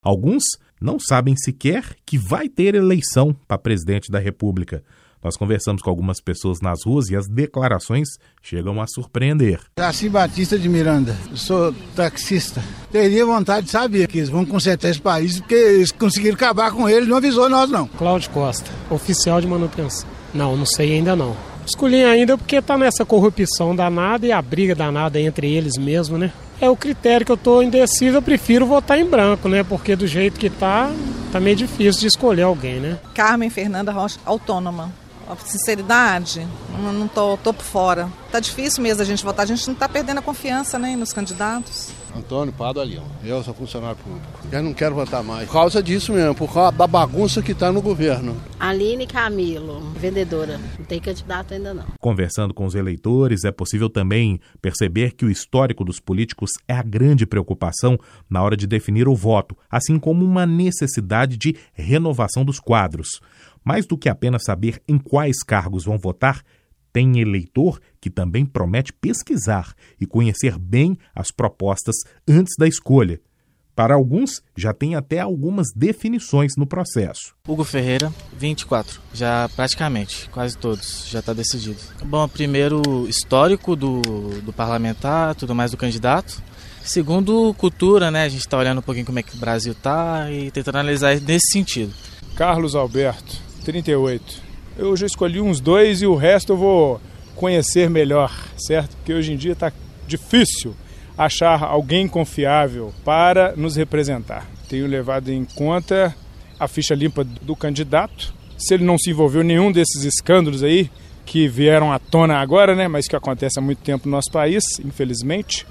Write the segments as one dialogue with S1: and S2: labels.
S1: Alguns não sabem sequer que vai ter eleição para presidente da República. Nós conversamos com algumas pessoas nas ruas e as declarações chegam a surpreender.
S2: Jaci Batista de Miranda, eu sou taxista. Teria vontade de saber que eles vão consertar esse país, porque eles conseguiram acabar com ele, não avisou nós não.
S3: Cláudio Costa, oficial de manutenção. Não sei ainda não. Escolhi ainda porque tá nessa corrupção danada e a briga danada entre eles mesmo, né? É o critério que eu tô indeciso, eu prefiro votar em branco, né? Porque do jeito que tá meio difícil de escolher alguém, né?
S4: Carmen Fernanda Rocha, autônoma. Sinceridade, não tô por fora. Tá difícil mesmo a gente votar, a gente não tá perdendo a confiança, né, nos candidatos.
S5: Antônio Padua Leão, eu sou funcionário público. Eu não quero votar mais. Por causa disso mesmo, por causa da bagunça que está no governo.
S6: Aline Camilo, vendedora. Não tem candidato ainda não.
S1: Conversando com os eleitores, é possível também perceber que o histórico dos políticos é a grande preocupação na hora de definir o voto, assim como uma necessidade de renovação dos quadros. Mais do que apenas saber em quais cargos vão votar, tem eleitor que também promete pesquisar e conhecer bem as propostas antes da escolha. Para alguns, já tem até algumas definições no processo.
S7: Hugo Ferreira, 24, já praticamente, quase todos, já está decidido. Bom, primeiro, histórico do parlamentar, tudo mais do candidato. Segundo, cultura, né? A gente está olhando um pouquinho como é que o Brasil está e tentando analisar nesse sentido.
S8: Carlos Alberto, 38. Eu já escolhi uns 2 e o resto eu vou conhecer melhor, certo? Porque hoje em dia está difícil achar alguém confiável para nos representar. Tenho levado em conta a ficha limpa do candidato. Se ele não se envolveu em nenhum desses escândalos aí que vieram à tona agora, né? Mas que acontece há muito tempo no nosso país, infelizmente.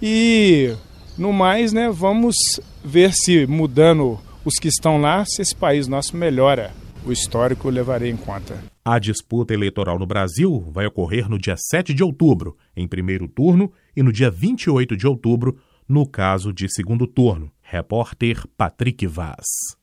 S8: E, no mais, né? Vamos ver se mudando os que estão lá, se esse país nosso melhora. O histórico eu levarei em conta.
S1: A disputa eleitoral no Brasil vai ocorrer no dia 7 de outubro, em primeiro turno, e no dia 28 de outubro, no caso de segundo turno. Repórter Patrick Vaz.